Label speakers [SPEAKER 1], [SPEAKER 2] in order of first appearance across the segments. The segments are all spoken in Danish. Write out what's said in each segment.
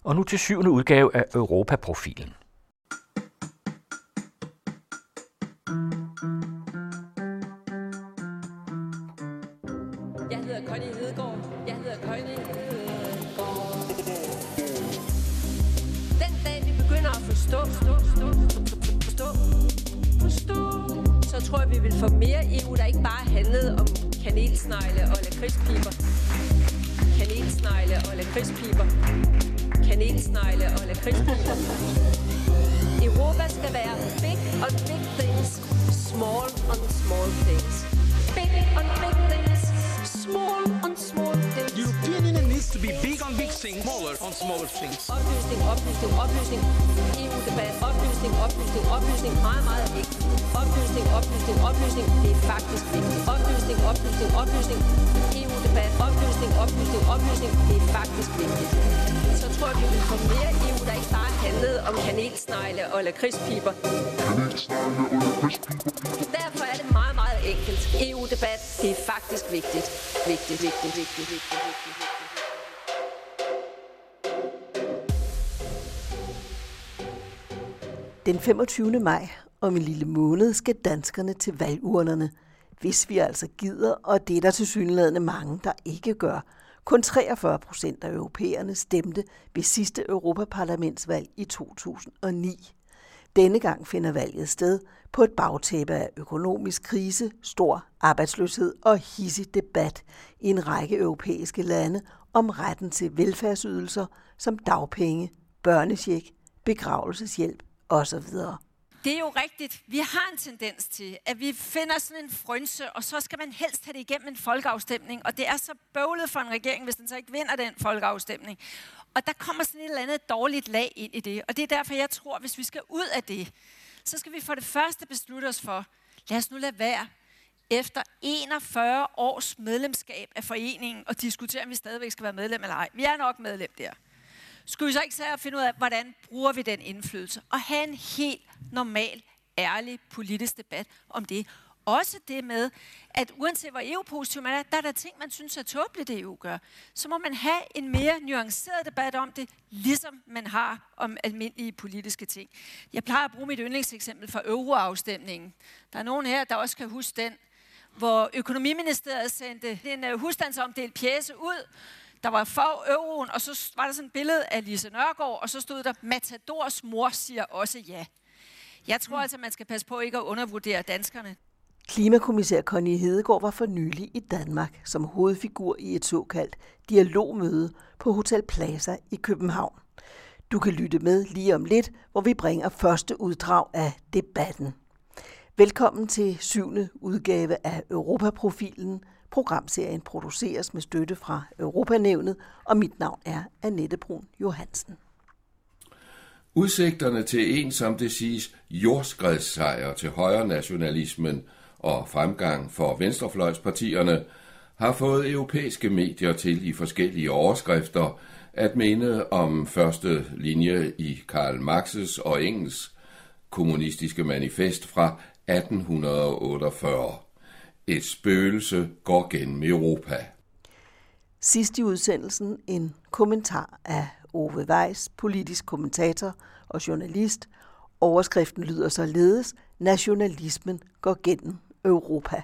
[SPEAKER 1] Og nu til 7. udgave af Europaprofilen.
[SPEAKER 2] Jeg hedder Connie Hedegaard. Den dag vi begynder at forstå, så tror jeg, vi vil få mere EU, der ikke bare handlede om kanelsnegle og lakridspiber. Europa skal være big on big things, small on small things. Big on big things, small on small things.
[SPEAKER 3] The European Union needs to be big on big things, smaller on smaller things.
[SPEAKER 2] Oplysning. EU-debat. Oplysning. Meget, meget vigtigt. Oplysning. Det er faktisk vigtigt. Oplysning. EU-debat. Oplysning. Det er faktisk vigtigt. Så tror jeg, vi vil få mere EU, der ikke bare handlede om kanelsnegle og lakridspiber. Derfor er det meget, meget enkelt. EU-debat, det er faktisk vigtigt. Vigtigt.
[SPEAKER 4] Den 25. maj om en lille måned skal danskerne til valgurnerne, hvis vi altså gider, og det er der tilsyneladende mange, der ikke gør. Kun 43% af europæerne stemte ved sidste Europaparlamentsvalg i 2009. Denne gang finder valget sted på et bagtæppe af økonomisk krise, stor arbejdsløshed og hidsig debat i en række europæiske lande om retten til velfærdsydelser som dagpenge, børnecheck, begravelseshjælp osv.
[SPEAKER 5] Det er jo rigtigt. Vi har en tendens til, at vi finder sådan en frynse, og så skal man helst have det igennem en folkeafstemning. Og det er så bøvlet for en regering, hvis den så ikke vinder den folkeafstemning. Og der kommer sådan et eller andet dårligt lag ind i det. Og det er derfor, jeg tror, hvis vi skal ud af det, så skal vi for det første beslutte os for, lad os nu lade være efter 41 års medlemskab af foreningen og diskutere, om vi stadigvæk skal være medlem eller ej. Vi er nok medlem der. Skulle vi så ikke finde ud af, hvordan bruger vi den indflydelse? Og have en helt normal, ærlig politisk debat om det. Også det med, at uanset hvor EU-positiv man er, der er der ting, man synes er tåbeligt, det EU gør. Så må man have en mere nuanceret debat om det, ligesom man har om almindelige politiske ting. Jeg plejer at bruge mit yndlingseksempel fra euroafstemningen. Der er nogen her, der også kan huske den, hvor Økonomiministeriet sendte en husstandsomdelt pjece ud. Der var for euroen, og så var der sådan et billede af Lise Nørgaard, og så stod der, Matadors mor siger også ja. Jeg tror altså, man skal passe på ikke at undervurdere danskerne.
[SPEAKER 4] Klimakommissær Connie Hedegaard var for nylig i Danmark som hovedfigur i et såkaldt dialogmøde på Hotel Plaza i København. Du kan lytte med lige om lidt, hvor vi bringer første uddrag af debatten. Velkommen til 7. udgave af Europaprofilen. Programserien produceres med støtte fra Europanævnet, og mit navn er Annette Brun Johansen.
[SPEAKER 6] Udsigterne til en, som det siges, jordskredssejr til højrenationalismen og fremgang for venstrefløjspartierne har fået europæiske medier til i forskellige overskrifter at minde om første linje i Karl Marx's og Engels kommunistiske manifest fra 1848. Et spøgelse går gennem Europa.
[SPEAKER 4] Sidst i udsendelsen en kommentar af Ove Weiss, politisk kommentator og journalist. Overskriften lyder således: Nationalismen går gennem Europa.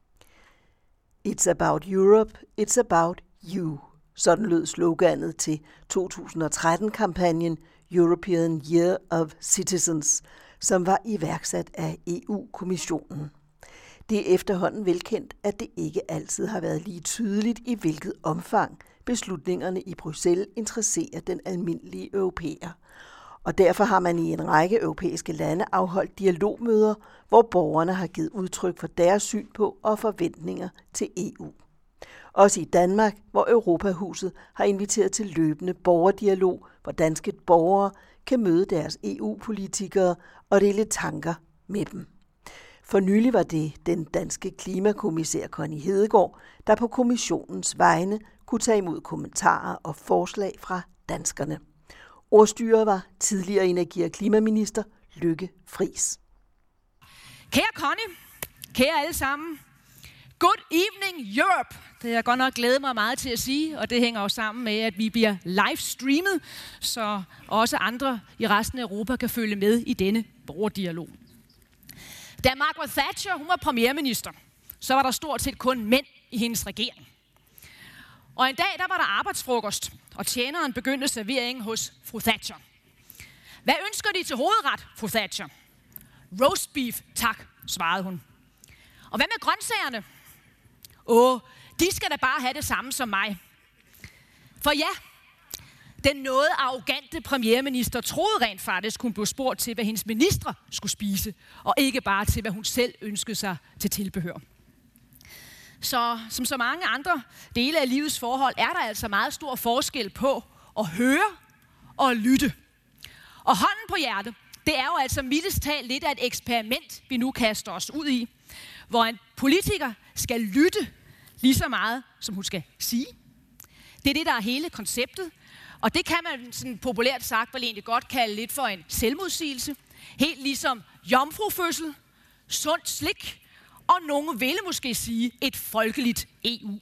[SPEAKER 4] It's about Europe, it's about you. Sådan lød sloganet til 2013-kampagnen European Year of Citizens, som var iværksat af EU-kommissionen. Det er efterhånden velkendt, at det ikke altid har været lige tydeligt, i hvilket omfang beslutningerne i Bruxelles interesserer den almindelige europæer. Og derfor har man i en række europæiske lande afholdt dialogmøder, hvor borgerne har givet udtryk for deres syn på og forventninger til EU. Også i Danmark, hvor Europahuset har inviteret til løbende borgerdialog, hvor danske borgere kan møde deres EU-politikere og dele tanker med dem. For nylig var det den danske klimakommissær Connie Hedegaard, der på kommissionens vegne kunne tage imod kommentarer og forslag fra danskerne. Ordstyrer var tidligere energi- og klimaminister Lykke Friis.
[SPEAKER 5] Kære Connie, kære alle sammen,
[SPEAKER 7] Good evening Europe. Det har jeg godt nok glædet mig meget til at sige, og det hænger jo sammen med, at vi bliver livestreamet, så også andre i resten af Europa kan følge med i denne borgerdialog. Da Margaret Thatcher hun var premierminister, så var der stort set kun mænd i hendes regering. Og en dag der var der arbejdsfrokost, og tjeneren begyndte serveringen hos fru Thatcher. Hvad ønsker de til hovedret, fru Thatcher? Roast beef, tak, svarede hun. Og hvad med grøntsagerne? De skal da bare have det samme som mig. For ja, den noget arrogante premierminister troede rent faktisk, hun blev spurgt til, hvad hendes ministre skulle spise, og ikke bare til, hvad hun selv ønskede sig til tilbehør. Så som så mange andre dele af livets forhold, er der altså meget stor forskel på at høre og lytte. Og hånden på hjertet, det er jo altså mildest talt lidt af et eksperiment, vi nu kaster os ud i, hvor en politiker skal lytte lige så meget, som hun skal sige. Det er det, der er hele konceptet, og det kan man sådan populært sagt vel egentlig godt kalde lidt for en selvmodsigelse. Helt ligesom jomfrufødsel, sundt slik, og nogen ville måske sige et folkeligt EU.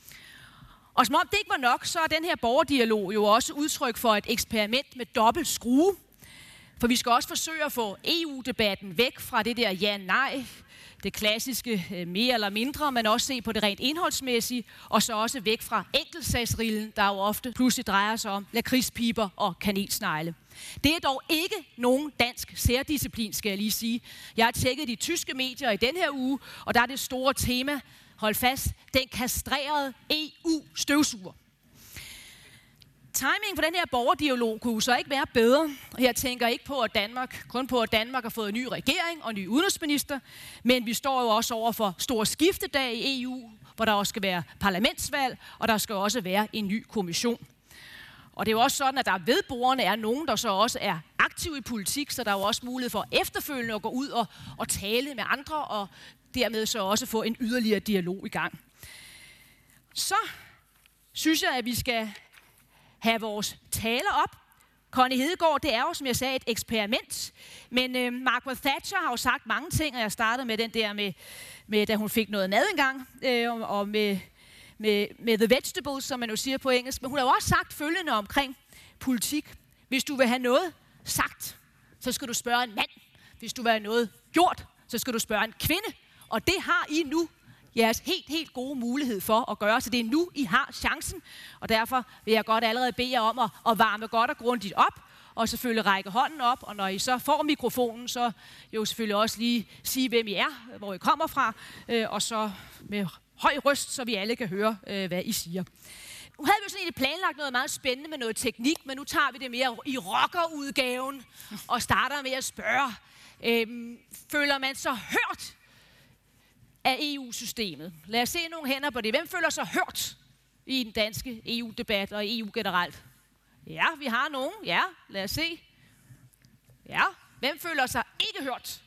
[SPEAKER 7] Og som om det ikke var nok, så er den her borgerdialog jo også udtryk for et eksperiment med dobbelt skrue. For vi skal også forsøge at få EU-debatten væk fra det der ja-nej, det klassiske mere eller mindre, men også se på det rent indholdsmæssige, og så også væk fra enkeltsagsrillen, der jo ofte pludselig drejer sig om lakridspiber og kanelsnegle. Det er dog ikke nogen dansk særdisciplin, skal jeg lige sige. Jeg har tjekket de tyske medier i den her uge, og der er det store tema, hold fast, den kastrerede EU-støvsuger. Timing for den her borgerdialog kunne så ikke være bedre. Jeg tænker ikke på, at Danmark har fået en ny regering og en ny udenrigsminister, men vi står jo også over for stor skiftedag i EU, hvor der også skal være parlamentsvalg, og der skal også være en ny kommission. Og det er jo også sådan, at der ved bordene er nogen, der så også er aktive i politik, så der er jo også mulighed for efterfølgende at gå ud og tale med andre, og dermed så også få en yderligere dialog i gang. Så synes jeg, at vi skal have vores taler op. Connie Hedegaard, det er jo, som jeg sagde, et eksperiment. Men Margaret Thatcher har jo sagt mange ting, og jeg startede med den der med da hun fik noget mad engang, og med the vegetables, som man jo siger på engelsk. Men hun har jo også sagt følgende omkring politik. Hvis du vil have noget sagt, så skal du spørge en mand. Hvis du vil have noget gjort, så skal du spørge en kvinde. Og det har I nu jeres helt gode mulighed for at gøre, så det er nu, I har chancen. Og derfor vil jeg godt allerede bede jer om at varme godt og grundigt op, og selvfølgelig række hånden op, og når I så får mikrofonen, så jo selvfølgelig også lige sige, hvem I er, hvor I kommer fra, og så med høj røst, så vi alle kan høre, hvad I siger. Nu havde vi jo sådan egentlig planlagt noget meget spændende med noget teknik, men nu tager vi det mere i rockerudgaven, og starter med at spørge, føler man så hørt af EU-systemet? Lad os se nogle hænder på det. Hvem føler sig hørt i den danske EU-debat og EU generelt? Ja, vi har nogen. Ja, lad os se. Ja, hvem føler sig ikke hørt?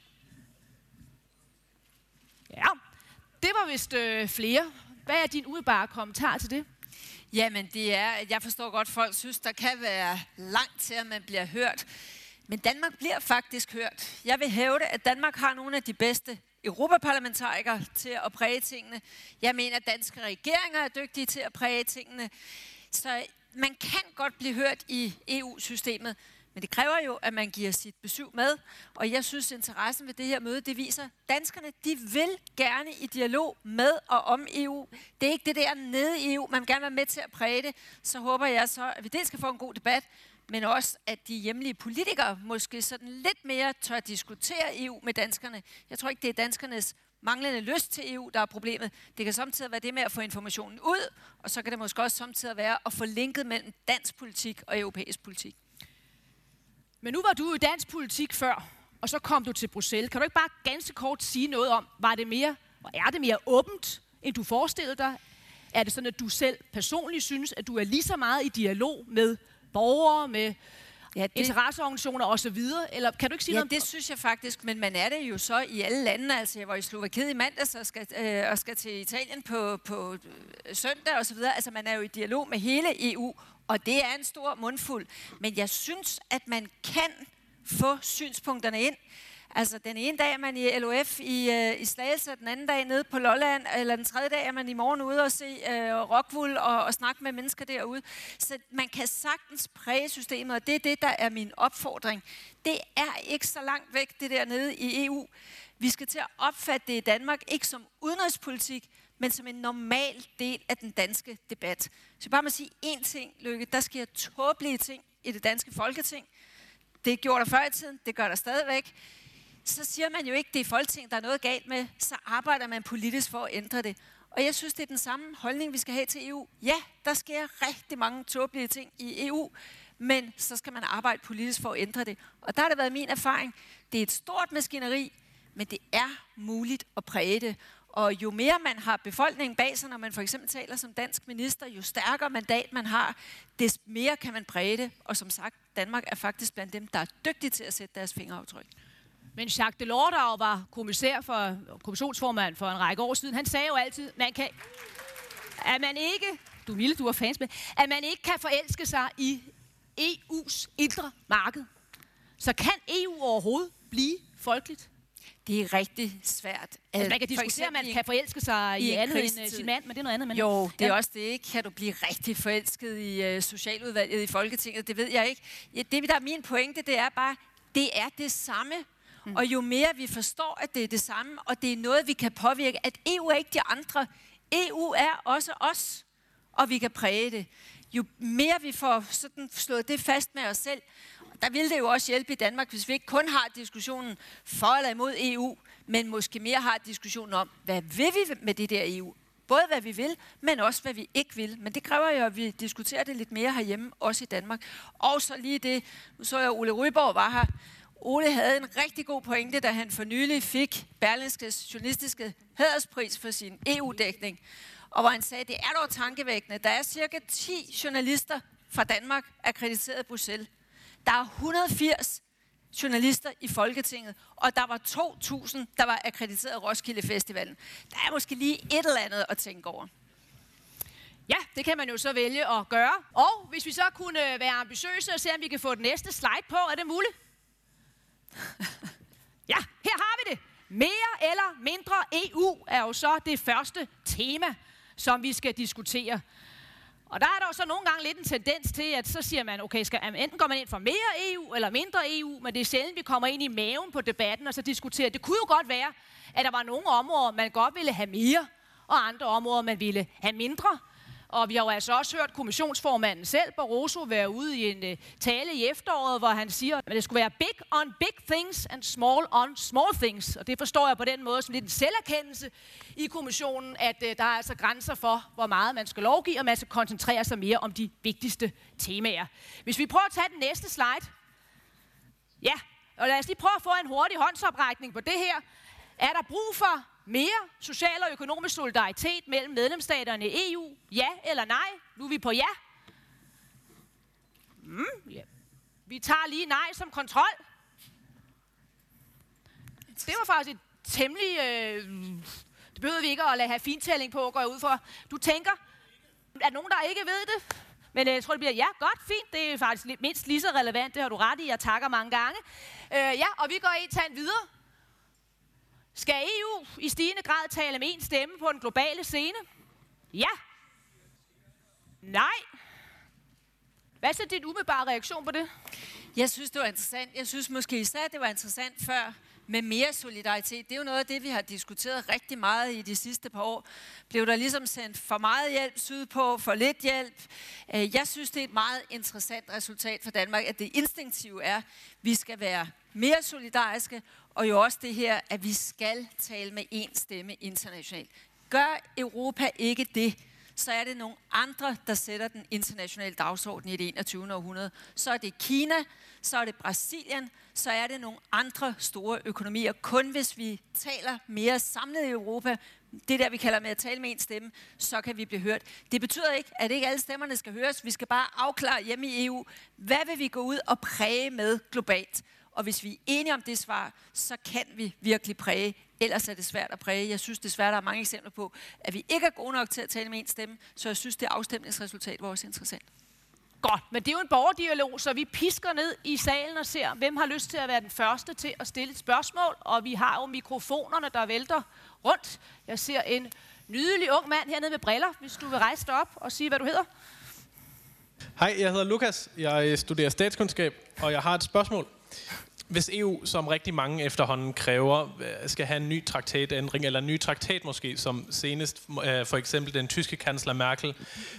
[SPEAKER 7] Ja, det var vist flere. Hvad er din umiddelbare kommentar til det?
[SPEAKER 5] Jamen, det er, jeg forstår godt, folk synes, der kan være langt til, at man bliver hørt. Men Danmark bliver faktisk hørt. Jeg vil hævde, at Danmark har nogle af de bedste europaparlamentarikere til at præge tingene. Jeg mener, at danske regeringer er dygtige til at præge tingene. Så man kan godt blive hørt i EU-systemet, men det kræver jo, at man giver sit besøg med. Og jeg synes, interessen ved det her møde, det viser, at danskerne, de vil gerne i dialog med og om EU. Det er ikke det der nede i EU, man vil gerne være med til at præge det. Så håber jeg så, at vi dels skal få en god debat, men også, at de hjemlige politikere måske sådan lidt mere tør diskutere EU med danskerne. Jeg tror ikke, det er danskernes manglende lyst til EU, der er problemet. Det kan samtidig være det med at få informationen ud, og så kan det måske også samtidig være at få linket mellem dansk politik og europæisk politik.
[SPEAKER 7] Men nu var du i dansk politik før, og så kom du til Bruxelles. Kan du ikke bare ganske kort sige noget om, er det mere åbent, end du forestillede dig? Er det sådan, at du selv personligt synes, at du er lige så meget i dialog med borgere, med interesseorganisationer osv.? Eller kan du ikke sige noget om
[SPEAKER 5] det? Synes jeg faktisk, men man er det jo så i alle lande. Altså, jeg var i Slovakiet i mandags og skal til Italien på søndag osv. Altså, man er jo i dialog med hele EU, og det er en stor mundfuld. Men jeg synes, at man kan få synspunkterne ind. Altså, den ene dag er man i LOF i Slagelse, den anden dag nede på Lolland, eller den tredje dag er man i morgen ude og se Rockwool og snakke med mennesker derude. Så man kan sagtens præge systemet, og det er det, der er min opfordring. Det er ikke så langt væk, det der nede i EU. Vi skal til at opfatte det i Danmark, ikke som udenrigspolitik, men som en normal del af den danske debat. Så jeg bare må sige én ting, Lykke. Der sker tåbelige ting i det danske Folketing. Det gjorde der før i tiden, det gør der stadigvæk. Så siger man jo ikke, det er Folketinget, der er noget galt med. Så arbejder man politisk for at ændre det. Og jeg synes, det er den samme holdning, vi skal have til EU. Ja, der sker rigtig mange tåbelige ting i EU, men så skal man arbejde politisk for at ændre det. Og der har det været min erfaring. Det er et stort maskineri, men det er muligt at præge det. Og jo mere man har befolkningen bag sig, når man for eksempel taler som dansk minister, jo stærkere mandat man har, des mere kan man præge det. Og som sagt, Danmark er faktisk blandt dem, der er dygtige til at sætte deres fingeraftryk.
[SPEAKER 7] Men Jacques Delors, der var kommissionsformand for en række år siden, han sagde jo altid, at man ikke kan forelske sig i EU's indre marked. Så kan EU overhovedet blive folkeligt?
[SPEAKER 5] Det er rigtig svært.
[SPEAKER 7] Altså, man kan diskutere, at man kan forelske sig i andet end sin mand, men det er noget andet.
[SPEAKER 5] Jo, det er også det, ikke? Kan du blive rigtig forelsket i socialudvalget i Folketinget? Det ved jeg ikke. Ja, det, der er min pointe, det er bare, det er det samme. Og jo mere vi forstår, at det er det samme, og det er noget, vi kan påvirke, at EU er ikke de andre. EU er også os, og vi kan præge det. Jo mere vi får sådan slået det fast med os selv, der vil det jo også hjælpe i Danmark, hvis vi ikke kun har diskussionen for eller imod EU, men måske mere har diskussionen om, hvad vil vi med det der EU? Både hvad vi vil, men også hvad vi ikke vil. Men det kræver jo, at vi diskuterer det lidt mere herhjemme, også i Danmark. Og så lige det, nu så jeg, Ole Ryborg var her. Ole havde en rigtig god pointe, da han for nylig fik Berlingskes journalistiske hæderspris for sin EU-dækning. Og hvor han sagde, det er dog tankevækkende. Der er cirka 10 journalister fra Danmark akkrediteret i Bruxelles. Der er 180 journalister i Folketinget, og der var 2.000, der var akkrediteret af Roskilde Festivalen. Der er måske lige et eller andet at tænke over.
[SPEAKER 7] Ja, det kan man jo så vælge at gøre. Og hvis vi så kunne være ambitiøse og se, om vi kan få den næste slide på, er det muligt? Ja, her har vi det. Mere eller mindre EU er jo så det første tema, som vi skal diskutere. Og der er der jo så nogle gange lidt en tendens til, at så siger man, okay, enten går man ind for mere EU eller mindre EU, men det er sjældent, vi kommer ind i maven på debatten og så diskuterer. Det kunne jo godt være, at der var nogle områder, man godt ville have mere, og andre områder, man ville have mindre. Og vi har jo altså også hørt kommissionsformanden selv, Barroso, være ude i en tale i efteråret, hvor han siger, at det skulle være big on big things and small on small things. Og det forstår jeg på den måde som lidt en selverkendelse i kommissionen, at der er altså grænser for, hvor meget man skal lovgive, og man skal koncentrere sig mere om de vigtigste temaer. Hvis vi prøver at tage den næste slide. Ja, og lad os lige prøve at få en hurtig håndsoprækning på det her. Er der brug for mere social og økonomisk solidaritet mellem medlemsstaterne i EU? Ja eller nej? Nu er vi på ja. Ja. Vi tager lige nej som kontrol. Det var faktisk et temmelig... det behøver vi ikke at lade have fintælling på, går jeg ud fra. Du tænker, er nogen, der ikke ved det? Men jeg tror, det bliver, ja, godt, fint. Det er faktisk mindst lige så relevant. Det har du ret i. Jeg takker mange gange. Ja, og vi går ind til en videre. Skal EU i stigende grad tale med en stemme på den globale scene? Ja. Nej. Hvad er din umiddelbare reaktion på det?
[SPEAKER 5] Jeg synes, det var interessant. Jeg synes måske især, det var interessant før med mere solidaritet. Det er jo noget af det, vi har diskuteret rigtig meget i de sidste par år. Blev der ligesom sendt for meget hjælp sydpå, for lidt hjælp? Jeg synes, det er et meget interessant resultat for Danmark, at det instinktive er, at vi skal være mere solidariske, og jo også det her, at vi skal tale med én stemme internationalt. Gør Europa ikke det, så er det nogle andre, der sætter den internationale dagsorden i det 21. århundrede. Så er det Kina, så er det Brasilien, så er det nogle andre store økonomier. Kun hvis vi taler mere samlet i Europa, det der vi kalder med at tale med en stemme, så kan vi blive hørt. Det betyder ikke, at ikke alle stemmerne skal høres. Vi skal bare afklare hjemme i EU, hvad vil vi gå ud og præge med globalt. Og hvis vi er enige om det svar, så kan vi virkelig præge. Ellers er det svært at præge. Jeg synes desværre, der er mange eksempler på, at vi ikke er gode nok til at tale med en stemme, så jeg synes, det afstemningsresultat var også interessant.
[SPEAKER 7] Godt, men det er jo en borgerdialog, så vi pisker ned i salen og ser, hvem har lyst til at være den første til at stille et spørgsmål. Og vi har jo mikrofonerne, der vælter rundt. Jeg ser en nydelig ung mand hernede med briller, hvis du vil rejse dig op og sige, hvad du hedder.
[SPEAKER 8] Hej, jeg hedder Lukas. Jeg studerer statskundskab, og jeg har et spørgsmål. Hvis EU, som rigtig mange efterhånden kræver, skal have en ny traktatændring, eller en ny traktat måske, som senest for eksempel den tyske kansler Merkel,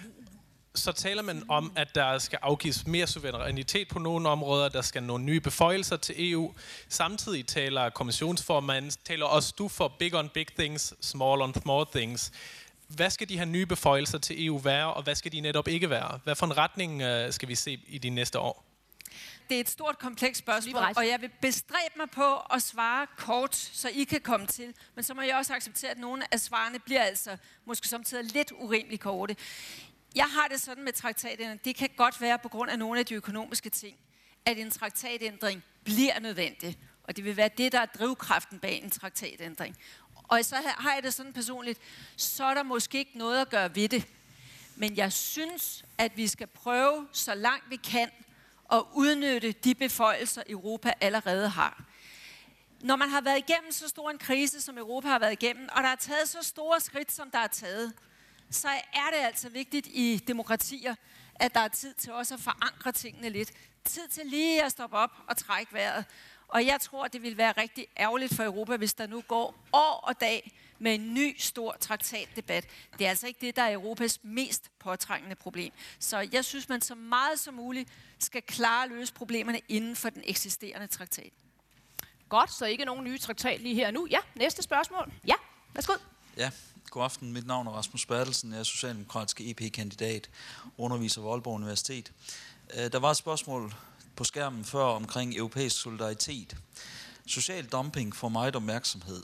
[SPEAKER 8] så taler man om, at der skal afgives mere suverænitet på nogle områder, der skal nogle nye beføjelser til EU. Samtidig taler kommissionsformanden, taler også du for big on big things, small on small things. Hvad skal de her nye beføjelser til EU være, og hvad skal de netop ikke være? Hvad for en retning skal vi se i de næste år?
[SPEAKER 5] Det er et stort, komplekst spørgsmål, og jeg vil bestræbe mig på at svare kort, så I kan komme til. Men så må jeg også acceptere, at nogle af svarene bliver altså måske samtidig lidt urimeligt korte. Jeg har det sådan med traktatændring. Det kan godt være på grund af nogle af de økonomiske ting, at en traktatændring bliver nødvendig. Og det vil være det, der er drivkraften bag en traktatændring. Og så har jeg det sådan personligt, så er der måske ikke noget at gøre ved det. Men jeg synes, at vi skal prøve, så langt vi kan, at udnytte de beføjelser, Europa allerede har. Når man har været igennem så stor en krise, som Europa har været igennem, og der er taget så store skridt, som der er taget, så er det altså vigtigt i demokratier, at der er tid til også at forankre tingene lidt. Tid til lige at stoppe op og trække vejret. Og jeg tror, det vil være rigtig ærgerligt for Europa, hvis der nu går år og dag med en ny stor traktatdebat. Det er altså ikke det, der er Europas mest påtrængende problem. Så jeg synes, man så meget som muligt skal klare at løse problemerne inden for den eksisterende traktat.
[SPEAKER 7] Godt, så ikke nogen nye traktat lige her og nu. Ja, næste spørgsmål. Ja, værsgo.
[SPEAKER 9] Ja, god aften. Mit navn er Rasmus Bertelsen. Jeg er socialdemokratisk EP-kandidat, underviser ved Aalborg Universitet. Der var et spørgsmål på skærmen før omkring europæisk solidaritet. Social dumping får meget opmærksomhed.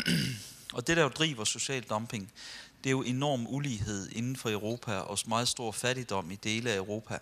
[SPEAKER 9] Og det, der jo driver social dumping, det er jo enorm ulighed inden for Europa og meget stor fattigdom i dele af Europa.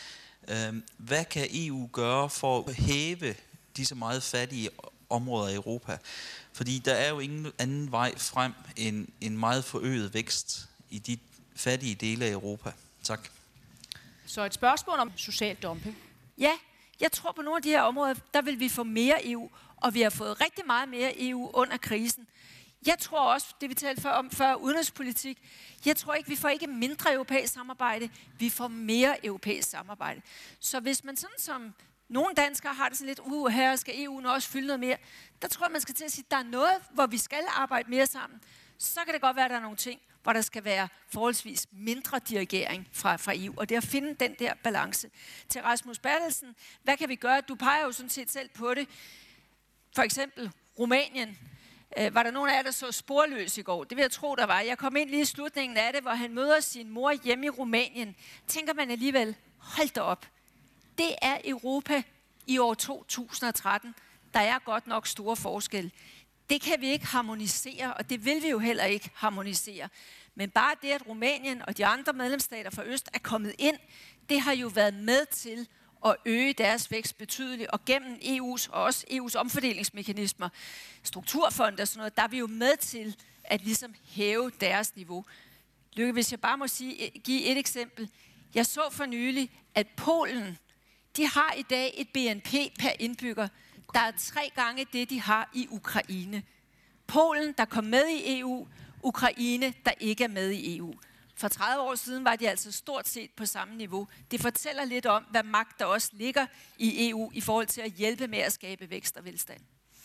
[SPEAKER 9] Hvad kan EU gøre for at hæve disse meget fattige områder i Europa? Fordi der er jo ingen anden vej frem end en meget forøget vækst i de fattige dele af Europa. Tak.
[SPEAKER 7] Så et spørgsmål om social dumping.
[SPEAKER 5] Ja, jeg tror på nogle af de her områder, der vil vi få mere EU, og vi har fået rigtig meget mere EU under krisen. Jeg tror også, det vi talte om før, udenrigspolitik, jeg tror ikke, vi får ikke mindre europæisk samarbejde, vi får mere europæisk samarbejde. Så hvis man sådan som nogle danskere har det sådan lidt, her skal EU nu også fylde noget mere, der tror jeg, man skal til at sige, at der er noget, hvor vi skal arbejde mere sammen. Så kan det godt være, at der er nogle ting, hvor der skal være forholdsvis mindre dirigering fra EU, og det at finde den der balance. Til Rasmus Bertelsen, hvad kan vi gøre? Du peger jo sådan set selv på det. For eksempel Rumænien. Var der nogen af jer, der så Sporløs i går? Det vil jeg tro, der var. Jeg kom ind lige i slutningen af det, hvor han møder sin mor hjemme i Rumænien. Tænker man alligevel, hold da op. Det er Europa i år 2013. Der er godt nok store forskelle. Det kan vi ikke harmonisere, og det vil vi jo heller ikke harmonisere. Men bare det, at Rumænien og de andre medlemsstater fra Øst er kommet ind, det har jo været med til at øge deres vækst betydeligt. Og gennem EU's og også EU's omfordelingsmekanismer, strukturfonde og sådan noget, der er vi jo med til at ligesom hæve deres niveau. Lykke, hvis jeg bare må give et eksempel. Jeg så for nylig, at Polen, de har i dag et BNP per indbygger, der er 3 gange det, de har i Ukraine. Polen, der kom med i EU, Ukraine, der ikke er med i EU. For 30 år siden var de altså stort set på samme niveau. Det fortæller lidt om, hvad magt der også ligger i EU i forhold til at hjælpe med at skabe vækst og velstand.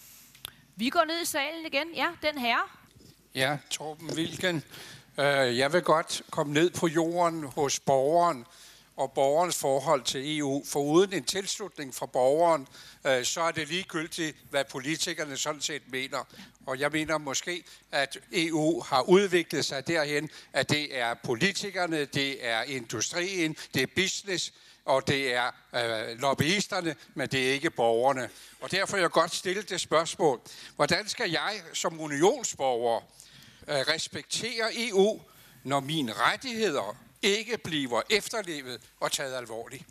[SPEAKER 7] Vi går ned i salen igen. Ja, den herre.
[SPEAKER 10] Ja, Torben Wilken. Jeg vil godt komme ned på jorden hos borgeren og borgerens forhold til EU. For uden en tilslutning fra borgeren, så er det ligegyldigt, hvad politikerne sådan set mener. Og jeg mener måske, at EU har udviklet sig derhen, at det er politikerne, det er industrien, det er business, og det er lobbyisterne, men det er ikke borgerne. Og derfor vil jeg godt stille det spørgsmål. Hvordan skal jeg som unionsborger respektere EU, når mine rettigheder ikke bliver efterlevet og taget alvorligt?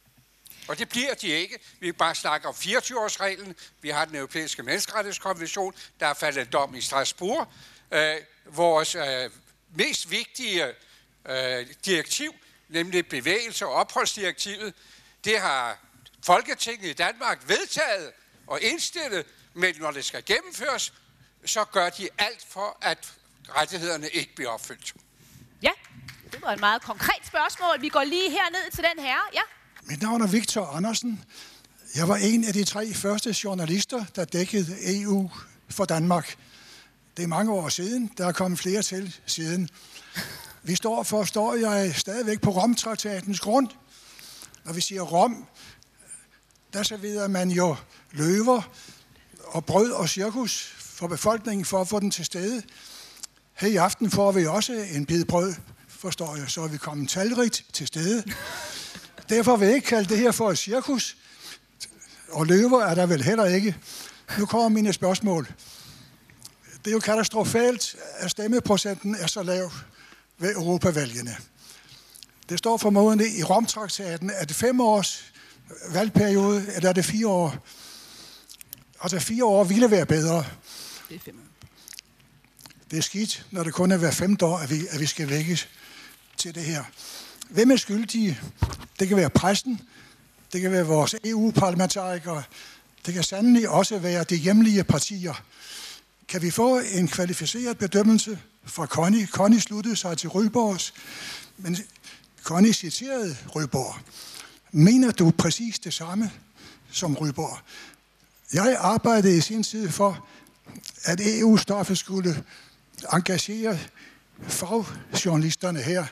[SPEAKER 10] Og det bliver de ikke. Vi bare snakker om 24-årsreglen. Vi har den europæiske menneskerettighedskonvention. Der er faldet dom i Strasbourg. Vores mest vigtige direktiv nemlig bevægelse- og opholdsdirektivet. Det har Folketinget i Danmark vedtaget og indstillet, men når det skal gennemføres, så gør de alt for, at rettighederne ikke bliver opfyldt.
[SPEAKER 7] Ja, det var et meget konkret spørgsmål. Vi går lige herned til den her. Ja.
[SPEAKER 11] Mit navn er Victor Andersen. Jeg var en af de 3 første journalister, der dækkede EU for Danmark. Det er mange år siden. Der er kommet flere til siden. Vi forstår jeg, stadigvæk på Romtraktatens grund. Når vi siger Rom, der serverer man jo løver og brød og cirkus for befolkningen for at få den til stede. Her i aften får vi også en bid brød, forstår jeg, så er vi kommet talrigt til stede. Derfor vil jeg ikke kalde det her for et cirkus, og løver er der vel heller ikke. Nu kommer mine spørgsmål. Det er jo katastrofalt, at stemmeprocenten er så lav ved Europavalgene. Det står formodentlig i Romtraktaten, at det 5 års valgperiode, eller er det 4 år? Altså 4 år ville være bedre.
[SPEAKER 7] Det er 5 år.
[SPEAKER 11] Det er skidt, når det kun er hver 5. år, at vi skal vækkes til det her. Hvem er skyldige? Det kan være pressen, det kan være vores EU-parlamentarikere, det kan sandelig også være de hjemlige partier. Kan vi få en kvalificeret bedømmelse fra Connie? Connie sluttede sig til Ryborgs, men Connie citerede Ryborg. Mener du præcis det samme som Ryborg? Jeg arbejdede i sin tid for, at EU-stoffet skulle engagere fagjournalisterne her.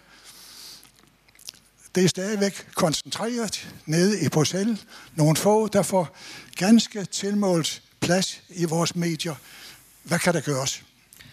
[SPEAKER 11] Det er stadigvæk koncentreret nede i Bruxelles. Nogle få, der får ganske tilmålt plads i vores medier. Hvad kan der gøres?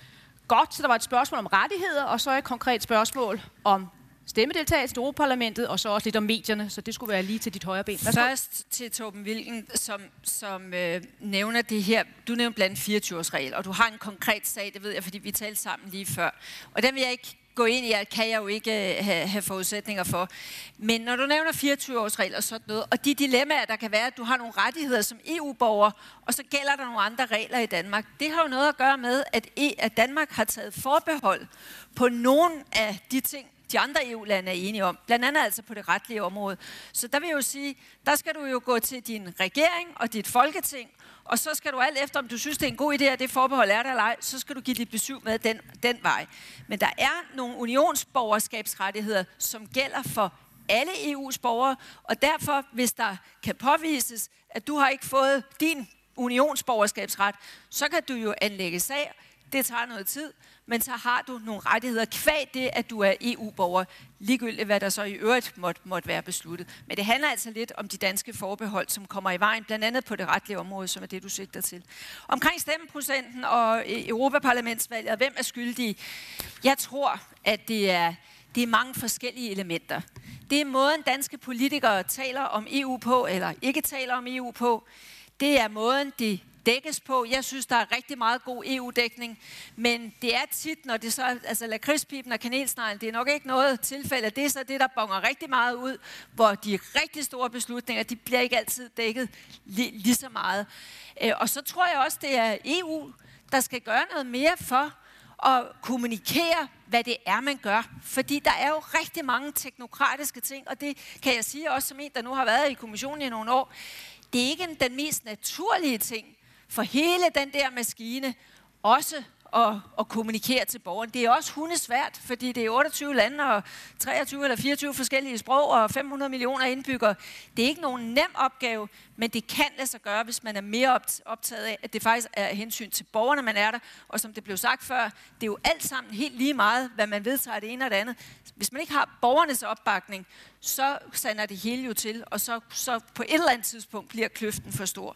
[SPEAKER 7] Godt, så der var et spørgsmål om rettigheder, og så et konkret spørgsmål om stemmedeltagelse til Europaparlamentet, og så også lidt om medierne, så det skulle være lige til dit højre ben.
[SPEAKER 5] Først til Torben Wilken, som nævner det her. Du nævner blandt 24-årsregel, og du har en konkret sag, det ved jeg, fordi vi talte sammen lige før. Og den vil jeg ikke gå ind i, kan jeg jo ikke have forudsætninger for. Men når du nævner 24-årsregel og sådan noget, og de dilemmaer, der kan være, at du har nogle rettigheder som EU-borger, og så gælder der nogle andre regler i Danmark, det har jo noget at gøre med, at Danmark har taget forbehold på nogle af de ting, de andre EU-lande er enige om, blandt andet altså på det retlige område. Så der vil jeg jo sige, der skal du jo gå til din regering og dit folketing, og så skal du alt efter, om du synes, det er en god idé, at det forbehold er der eller ej, så skal du give dit besøg med den vej. Men der er nogle unionsborgerskabsrettigheder, som gælder for alle EU's borgere, og derfor, hvis der kan påvises, at du har ikke fået din unionsborgerskabsret, så kan du jo anlægge sag. Det tager noget tid, men så har du nogle rettigheder kvad det, at du er EU-borger, ligegyldigt hvad der så i øvrigt måtte være besluttet. Men det handler altså lidt om de danske forbehold, som kommer i vejen, blandt andet på det retlige område, som er det, du sigter til. Omkring stemmeprocenten og Europaparlamentsvalget, og hvem er skyldige? Jeg tror, at det er mange forskellige elementer. Det er måden, danske politikere taler om EU på, eller ikke taler om EU på. Det er måden, de dækkes på. Jeg synes, der er rigtig meget god EU-dækning, men det er tit, når det så, altså lakridspipen og kanelsneglen, det er nok ikke noget tilfælde. Det er så det, der bonger rigtig meget ud, hvor de rigtig store beslutninger, de bliver ikke altid dækket lige så meget. Og så tror jeg også, det er EU, der skal gøre noget mere for at kommunikere, hvad det er, man gør. Fordi der er jo rigtig mange teknokratiske ting, og det kan jeg sige også som en, der nu har været i kommissionen i nogle år. Det er ikke den mest naturlige ting for hele den der maskine også at kommunikere til borgeren. Det er også hundesvært, fordi det er 28 lande og 23 eller 24 forskellige sprog og 500 millioner indbyggere. Det er ikke nogen nem opgave, men det kan lade sig gøre, hvis man er mere optaget af, at det faktisk er hensyn til borgerne, man er der. Og som det blev sagt før, det er jo alt sammen helt lige meget, hvad man vedtager det ene og det andet. Hvis man ikke har borgernes opbakning, så sander det hele jo til, og så på et eller andet tidspunkt bliver kløften for stor.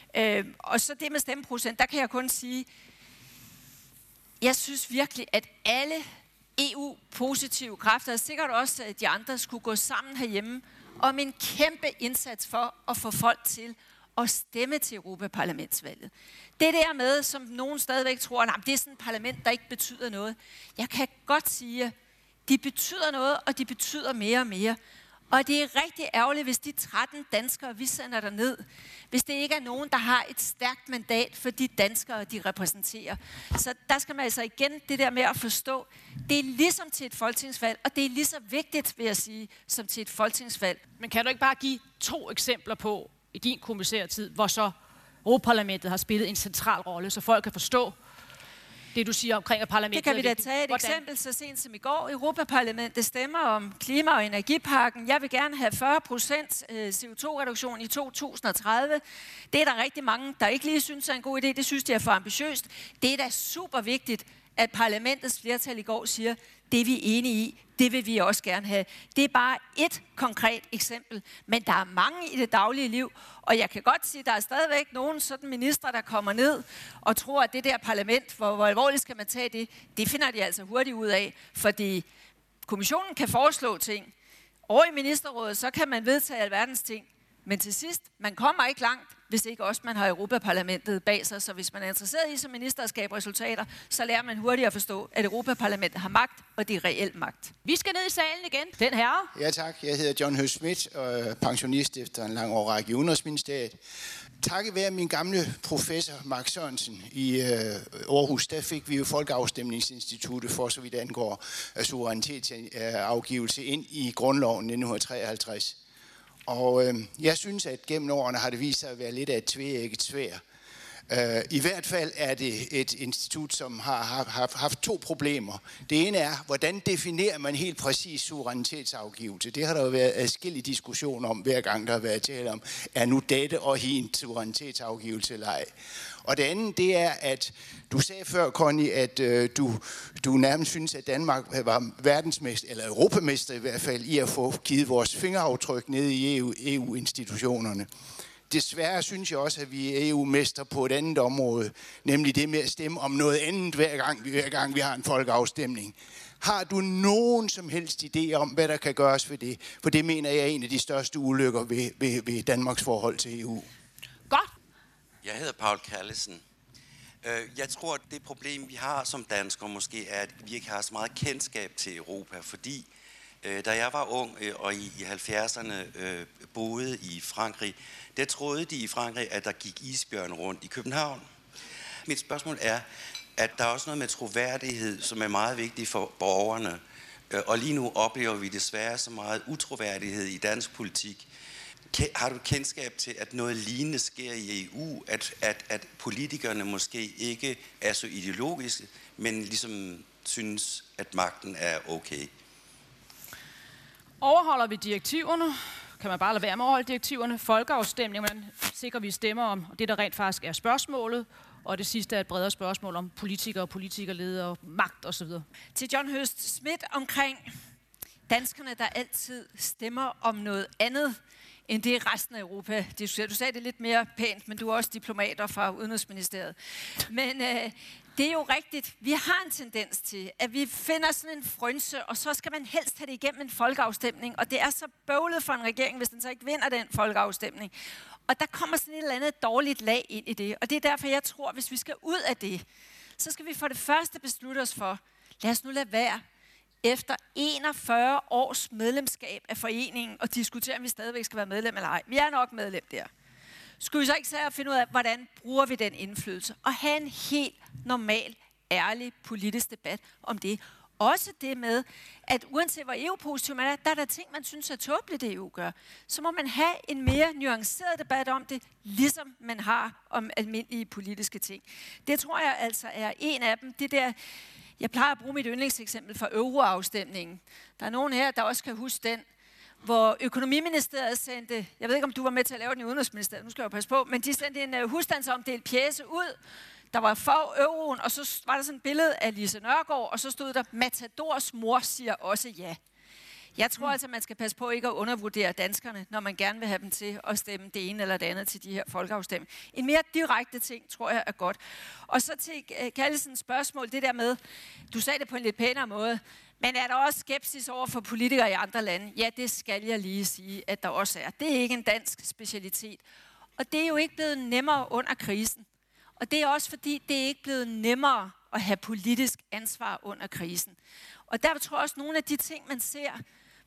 [SPEAKER 5] Og så det med stemmeprocent, der kan jeg kun sige, jeg synes virkelig, at alle EU-positive kræfter, og sikkert også de andre, skulle gå sammen herhjemme om en kæmpe indsats for at få folk til at stemme til Europaparlamentsvalget. Det der med, som nogen stadigvæk tror, at det er sådan et parlament, der ikke betyder noget. Jeg kan godt sige, at de betyder noget, og de betyder mere og mere. Og det er rigtig ærgerligt, hvis de 13 danskere, vi sender derned, hvis det ikke er nogen, der har et stærkt mandat for de danskere, de repræsenterer. Så der skal man altså igen det der med at forstå, det er ligesom til et folketingsvalg, og det er lige så vigtigt, vil jeg sige, som til et folketingsvalg.
[SPEAKER 7] Men kan du ikke bare give 2 eksempler på i din kommissærtid, hvor så Europaparlamentet har spillet en central rolle, så folk kan forstå det, du siger omkring, at parlamentet.
[SPEAKER 5] Det kan vi da tage et eksempel så sent som i går. Europaparlamentet stemmer om klima- og energipakken. Jeg vil gerne have 40% CO2-reduktion i 2030. Det er der rigtig mange, der ikke lige synes er en god idé. Det synes de er for ambitiøst. Det er da super vigtigt, at parlamentets flertal i går siger, det er vi enige i, det vil vi også gerne have. Det er bare et konkret eksempel, men der er mange i det daglige liv, og jeg kan godt sige, at der er stadigvæk nogle sådan ministre, der kommer ned og tror, at det der parlament, hvor alvorligt skal man tage det, det finder de altså hurtigt ud af, fordi kommissionen kan foreslå ting. Over i ministerrådet, så kan man vedtage alverdens ting, men til sidst, man kommer ikke langt, hvis ikke også man har Europaparlamentet bag sig. Så hvis man er interesseret i som minister at skabe resultater, så lærer man hurtigt at forstå, at Europaparlamentet har magt, og det er reelt magt.
[SPEAKER 7] Vi skal ned i salen igen. Den herre.
[SPEAKER 12] Ja tak, jeg hedder John Høgh Schmidt og pensionist efter en lang årrække i Udenrigsministeriet. Takket være min gamle professor Mark Sørensen i Aarhus, der fik vi jo Folkeafstemningsinstituttet for så vidt angår suverænitetsafgivelse ind i grundloven 1953. Og jeg synes, at gennem årene har det vist sig at være lidt af et tveægget sværd. I hvert fald er det et institut, som har haft 2 problemer. Det ene er, hvordan definerer man helt præcis suverænitetsafgivelse? Det har der jo været adskillige diskussioner om, hver gang der har været tale om, er nu dette og hint suverænitetsafgivelse eller ej? Og det andet, det er, at du sagde før, Connie, at du nærmest synes, at Danmark var verdensmester, eller europamester i hvert fald, i at få givet vores fingeraftryk ned i EU-institutionerne. Desværre synes jeg også, at vi er EU-mester på et andet område, nemlig det med at stemme om noget andet, hver gang vi har en folkeafstemning. Har du nogen som helst idé om, hvad der kan gøres for det? For det mener jeg er en af de største ulykker ved Danmarks forhold til EU.
[SPEAKER 7] Godt.
[SPEAKER 13] Jeg hedder Paul Callesen. Jeg tror, at det problem, vi har som danskere måske, er, at vi ikke har så meget kendskab til Europa, fordi da jeg var ung og i 70'erne boede i Frankrig, der troede de i Frankrig, at der gik isbjørn rundt i København. Mit spørgsmål er, at der er også noget med troværdighed, som er meget vigtigt for borgerne. Og lige nu oplever vi desværre så meget utroværdighed i dansk politik. Har du kendskab til, at noget lignende sker i EU? At politikerne måske ikke er så ideologiske, men ligesom synes, at magten er okay?
[SPEAKER 7] Overholder vi direktiverne? Kan man bare lade være med at overholde direktiverne? Folkeafstemning, hvordan sikrer vi stemmer om det, der rent faktisk er spørgsmålet? Og det sidste er et bredere spørgsmål om politikere, politikerledere, magt osv.
[SPEAKER 5] Til John Høgh Schmidt omkring danskerne, der altid stemmer om noget andet end det resten af Europa. Du sagde det lidt mere pænt, men du er også diplomater fra Udenrigsministeriet. Men det er jo rigtigt. Vi har en tendens til, at vi finder sådan en frynse, og så skal man helst have det igennem en folkeafstemning. Og det er så bøvlet for en regering, hvis den så ikke vinder den folkeafstemning. Og der kommer sådan et eller andet dårligt lag ind i det. Og det er derfor, jeg tror, hvis vi skal ud af det, så skal vi for det første beslutte os for, lad os nu lade være efter 41 års medlemskab af foreningen og diskutere, om vi stadigvæk skal være medlem eller ej. Vi er nok medlem der. Skulle vi så ikke sige at finde ud af, hvordan bruger vi den indflydelse? Og have en helt normal, ærlig politisk debat om det. Også det med, at uanset hvor EU-positiv man er, der er der ting, man synes er tåbeligt, det EU gør. Så må man have en mere nuanceret debat om det, ligesom man har om almindelige politiske ting. Det tror jeg altså er en af dem. Det der, jeg plejer at bruge mit yndlingseksempel fra euroafstemningen. Der er nogen her, der også kan huske den, hvor økonomiministeriet sendte, jeg ved ikke om du var med til at lave den i Udenrigsministeriet, nu skal jeg jo passe på, men de sendte en husstandsomdelt pjece ud, der var for euroen, og så var der sådan et billede af Lise Nørgaard, og så stod der, Matadors mor siger også ja. Jeg tror altså, man skal passe på ikke at undervurdere danskerne, når man gerne vil have dem til at stemme det ene eller det andet til de her folkeafstemninger. En mere direkte ting, tror jeg, er godt. Og så til Callesens spørgsmål, det der med, du sagde det på en lidt pænere måde, men er der også skepsis over for politikere i andre lande? Ja, det skal jeg lige sige, at der også er. Det er ikke en dansk specialitet. Og det er jo ikke blevet nemmere under krisen. Og det er også fordi, det er ikke blevet nemmere at have politisk ansvar under krisen. Og der tror jeg også, nogle af de ting, man ser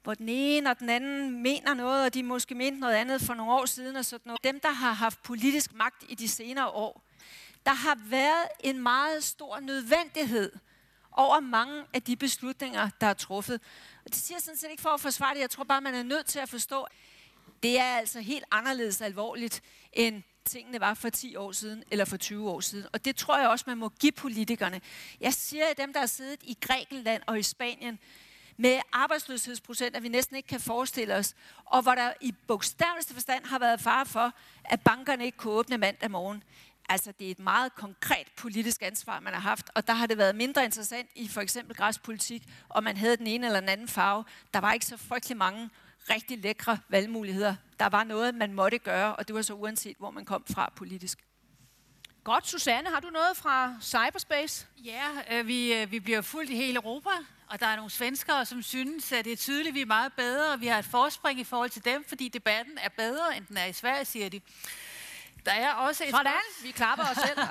[SPEAKER 5] hvor den ene og den anden mener noget, og de måske mente noget andet for nogle år siden. Og sådan noget. Dem, der har haft politisk magt i de senere år, der har været en meget stor nødvendighed over mange af de beslutninger, der er truffet. Og det siger jeg sådan set ikke for at forsvare det. Jeg tror bare, man er nødt til at forstå, det er altså helt anderledes alvorligt, end tingene var for 10 år siden eller for 20 år siden. Og det tror jeg også, man må give politikerne. Jeg siger, at dem, der har siddet i Grækenland og i Spanien, med arbejdsløshedsprocenter, vi næsten ikke kan forestille os, og hvor der i bogstaveligste forstand har været fare for, at bankerne ikke kunne åbne mandag morgen. Altså, det er et meget konkret politisk ansvar, man har haft, og der har det været mindre interessant i for eksempel græspolitik, og man havde den ene eller den anden farve. Der var ikke så frygtelig mange rigtig lækre valgmuligheder. Der var noget, man måtte gøre, og det var så uanset, hvor man kom fra politisk.
[SPEAKER 7] Godt, Susanne, har du noget fra cyberspace?
[SPEAKER 14] Ja, vi bliver fuldt i hele Europa, og der er nogle svenskere, som synes, at det er tydeligt, at vi er meget bedre, og vi har et forspring i forhold til dem, fordi debatten er bedre, end den er i Sverige, siger de. Der er også et
[SPEAKER 7] sådan, vi klapper os selv.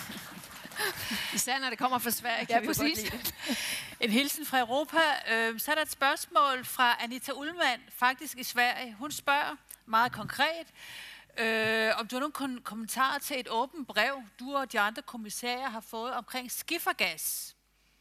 [SPEAKER 5] Især når det kommer fra Sverige, kan vi jo godt lide det.
[SPEAKER 14] En hilsen fra Europa. Så er der et spørgsmål fra Anita Ullmann, faktisk i Sverige. Hun spørger meget konkret, om du har nogle kommentarer til et åbent brev, du og de andre kommissærer har fået omkring skifergas.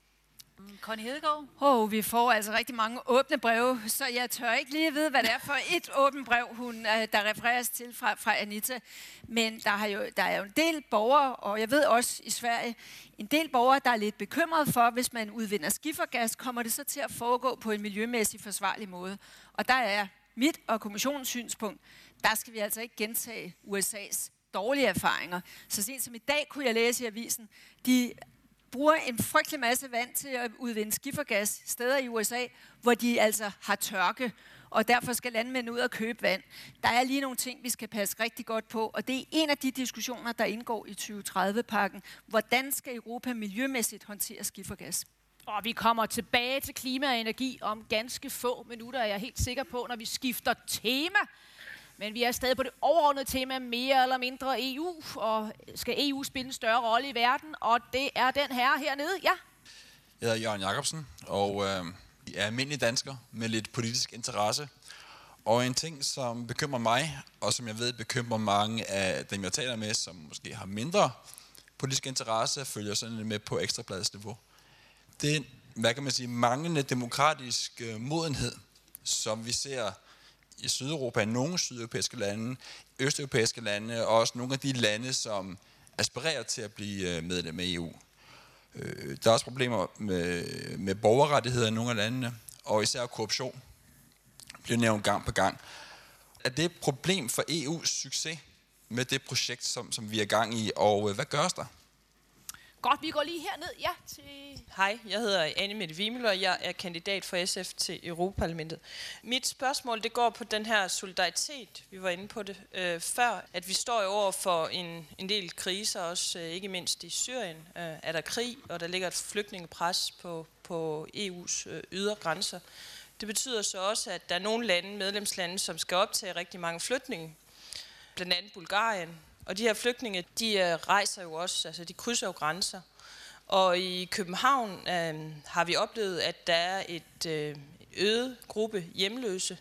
[SPEAKER 14] Connie Hedegaard?
[SPEAKER 5] Vi får altså rigtig mange åbne breve, så jeg tør ikke lige vide, hvad det er for et åbent brev, der refereres til fra Anita. Men der er jo en del borgere, og jeg ved også i Sverige, en del borgere, der er lidt bekymret for, hvis man udvinder skifergas, kommer det så til at foregå på en miljømæssig forsvarlig måde. Og der er mit og kommissionens synspunkt, der skal vi altså ikke gentage USA's dårlige erfaringer. Så sent som i dag kunne jeg læse i avisen, de bruger en frygtelig masse vand til at udvinde skifergas steder i USA, hvor de altså har tørke, og derfor skal landmænd ud og købe vand. Der er lige nogle ting, vi skal passe rigtig godt på, og det er en af de diskussioner, der indgår i 2030-pakken. Hvordan skal Europa miljømæssigt håndtere skifergas?
[SPEAKER 7] Og vi kommer tilbage til klima og energi om ganske få minutter, er jeg helt sikker på, når vi skifter tema. Men vi er stadig på det overordnede tema, mere eller mindre EU, og skal EU spille en større rolle i verden, og det er den her hernede, ja.
[SPEAKER 15] Jeg hedder Jørgen Jacobsen, og jeg er almindelig dansker med lidt politisk interesse. Og en ting, som bekymrer mig, og som jeg ved bekymrer mange af dem, jeg taler med, som måske har mindre politisk interesse, følger sådan lidt med på ekstrabladsniveau. Det er, hvad kan man sige, manglende demokratisk modenhed, som vi ser i Sydeuropa, nogle sydeuropæiske lande, østeuropæiske lande, og også nogle af de lande, som aspirerer til at blive medlem af EU. Der er også problemer med borgerrettigheder i nogle af landene, og især korruption bliver nævnt gang på gang. Er det et problem for EU's succes med det projekt, som vi er i gang i, og hvad gøres der?
[SPEAKER 7] Godt, vi går lige herned, ja.
[SPEAKER 16] Hej, jeg hedder Anne Mette Wimøller, og jeg er kandidat for SF til Europaparlamentet. Mit spørgsmål, det går på den her solidaritet, vi var inde på det før, at vi står over for en del kriser, også ikke mindst i Syrien. Er der krig, og der ligger et flygtningepres på EU's ydre grænser. Det betyder så også, at der er nogle lande, medlemslande, som skal optage rigtig mange flygtninge, blandt andet Bulgarien. Og de her flygtninge, de rejser jo også, altså de krydser jo grænser. Og i København har vi oplevet, at der er et øget gruppe hjemløse,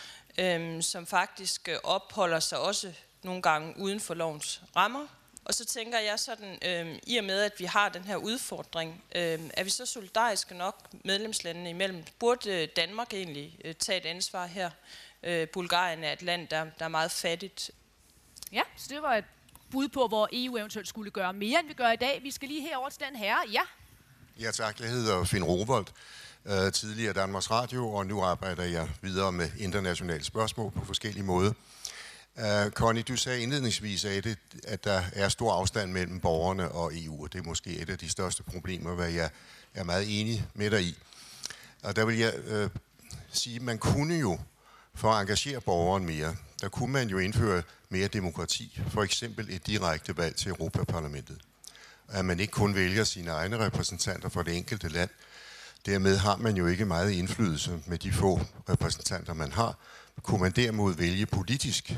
[SPEAKER 16] som faktisk opholder sig også nogle gange uden for lovens rammer. Og så tænker jeg sådan, i og med at vi har den her udfordring, er vi så solidariske nok medlemslandene imellem? Burde Danmark egentlig tage et ansvar her? Bulgarien er et land, der er meget fattigt.
[SPEAKER 7] Ja, så det var et bud på, hvor EU eventuelt skulle gøre mere, end vi gør i dag. Vi skal lige herover til den herre. Ja.
[SPEAKER 17] Ja tak, jeg hedder Finn Rovold, tidligere Danmarks Radio, og nu arbejder jeg videre med internationale spørgsmål på forskellige måder. Connie, du sagde indledningsvis, at der er stor afstand mellem borgerne og EU, og det er måske et af de største problemer, hvad jeg er meget enig med dig i. Og der vil jeg sige, at man kunne jo, for at engagere borgeren mere, der kunne man jo indføre mere demokrati, for eksempel et direkte valg til Europaparlamentet. At man ikke kun vælger sine egne repræsentanter for det enkelte land. Dermed har man jo ikke meget indflydelse med de få repræsentanter, man har. Kunne man derimod vælge politisk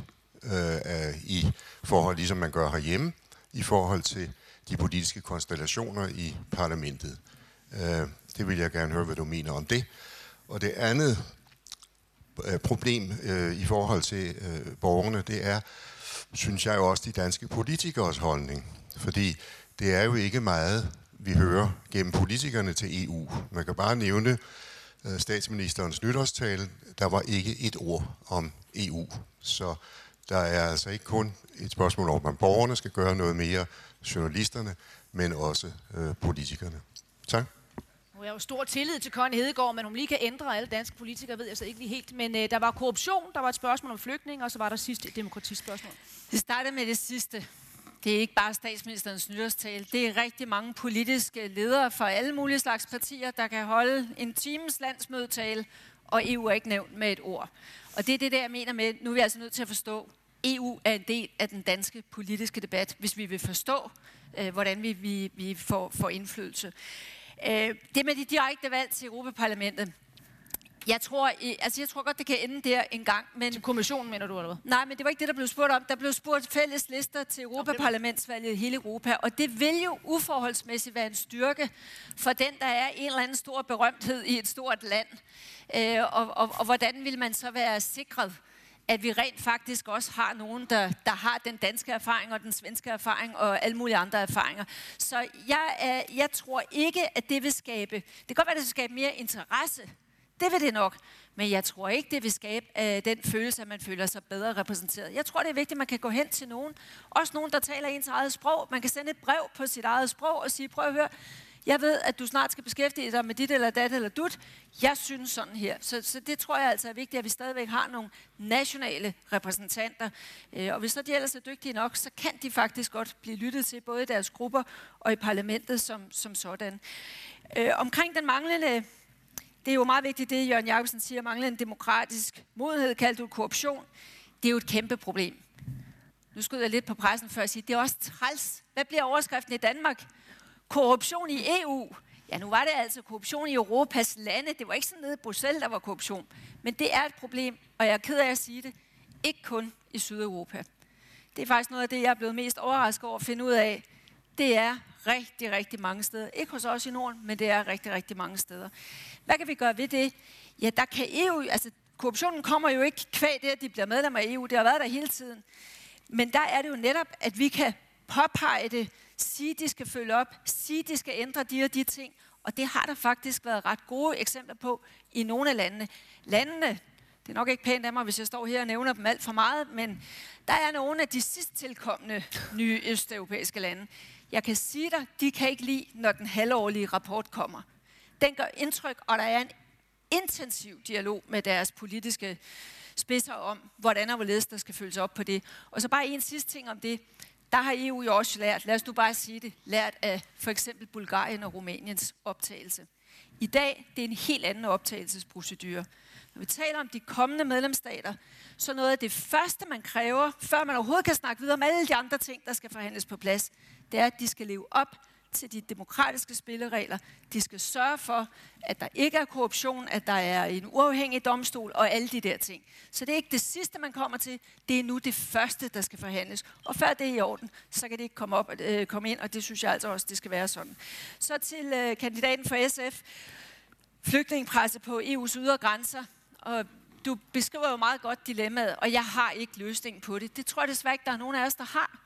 [SPEAKER 17] i forhold, ligesom man gør herhjemme, i forhold til de politiske konstellationer i parlamentet. Det vil jeg gerne høre, hvad du mener om det. Og det andet, problem i forhold til borgerne, det er, synes jeg jo også, de danske politikers holdning. Fordi det er jo ikke meget, vi hører gennem politikerne til EU. Man kan bare nævne statsministerens nytårstale. Der var ikke et ord om EU. Så der er altså ikke kun et spørgsmål om, at borgerne skal gøre noget mere, journalisterne, men også politikerne. Tak.
[SPEAKER 7] Nu er jo stor tillid til Connie Hedegaard, men om lige kan ændre alle danske politikere, ved jeg så ikke lige helt. Men der var korruption, der var et spørgsmål om flygtninge, og så var der sidst et demokratispørgsmål.
[SPEAKER 5] Det starter med det sidste. Det er ikke bare statsministerens nytårstale. Det er rigtig mange politiske ledere fra alle mulige slags partier, der kan holde en times landsmødetale, og EU er ikke nævnt med et ord. Og det er det der, jeg mener med, nu er vi altså nødt til at forstå, EU er en del af den danske politiske debat, hvis vi vil forstå, hvordan vi får indflydelse. Det med de direkte valg til Europaparlamentet, jeg tror godt, det kan ende der en gang. Men
[SPEAKER 7] til kommissionen, mener du, eller hvad?
[SPEAKER 5] Nej, men det var ikke det, der blev spurgt om. Der blev spurgt fælles lister til Europaparlamentsvalget i hele Europa, og det vil jo uforholdsmæssigt være en styrke for den, der er en eller anden stor berømthed i et stort land. Og hvordan vil man så være sikret, at vi rent faktisk også har nogen, der har den danske erfaring og den svenske erfaring og alle mulige andre erfaringer. Så jeg tror ikke, at det vil skabe... Det kan godt være, at det vil skabe mere interesse. Det vil det nok. Men jeg tror ikke, det vil skabe den følelse, at man føler sig bedre repræsenteret. Jeg tror, det er vigtigt, at man kan gå hen til nogen. Også nogen, der taler ens eget sprog. Man kan sende et brev på sit eget sprog og sige, prøv at høre, jeg ved, at du snart skal beskæftige dig med dit eller dat eller dut. Jeg synes sådan her. Så det tror jeg altså er vigtigt, at vi stadigvæk har nogle nationale repræsentanter. Og hvis så de ellers er dygtige nok, så kan de faktisk godt blive lyttet til, både i deres grupper og i parlamentet som sådan. Omkring den manglende... Det er jo meget vigtigt, det Jørgen Jacobsen siger, manglende demokratisk modenhed, kaldt du korruption. Det er jo et kæmpe problem. Nu skød jeg lidt på pressen før at sige, det er også træls. Hvad bliver overskriften i Danmark? Korruption i EU. Ja, nu var det altså korruption i Europas lande. Det var ikke sådan nede i Bruxelles, der var korruption. Men det er et problem, og jeg er ked af at sige det, ikke kun i Sydeuropa. Det er faktisk noget af det, jeg er blevet mest overrasket over at finde ud af. Det er rigtig, rigtig mange steder. Ikke hos os i Norden, men det er rigtig, rigtig mange steder. Hvad kan vi gøre ved det? Ja, der kan EU... Altså, korruptionen kommer jo ikke kvæg det, at de bliver medlemmer af EU. Det har været der hele tiden. Men der er det jo netop, at vi kan påpege det, sige, de skal følge op, sige, de skal ændre de og de ting. Og det har der faktisk været ret gode eksempler på i nogle af landene. Landene, det er nok ikke pænt af mig, hvis jeg står her og nævner dem alt for meget, men der er nogle af de sidst tilkommende nye østeuropæiske lande. Jeg kan sige dig, de kan ikke lide, når den halvårlige rapport kommer. Den gør indtryk, og der er en intensiv dialog med deres politiske spidser om, hvordan og hvorledes der skal følges op på det. Og så bare en sidste ting om det. Der har EU jo også lært, lad os nu bare sige det, lært af for eksempel Bulgarien og Rumæniens optagelse. I dag, det er en helt anden optagelsesprocedure. Når vi taler om de kommende medlemsstater, så noget af det første, man kræver, før man overhovedet kan snakke videre om alle de andre ting, der skal forhandles på plads, det er, at de skal leve op til de demokratiske spilleregler. De skal sørge for, at der ikke er korruption, at der er en uafhængig domstol og alle de der ting. Så det er ikke det sidste, man kommer til. Det er nu det første, der skal forhandles. Og før det er i orden, så kan det ikke komme ind, og det synes jeg altså også, det skal være sådan. Så til kandidaten for SF. Flygtningepresse på EU's ydre grænser. Og du beskriver jo meget godt dilemmaet, og jeg har ikke løsningen på det. Det tror jeg desværre ikke, der er nogen af os, der har.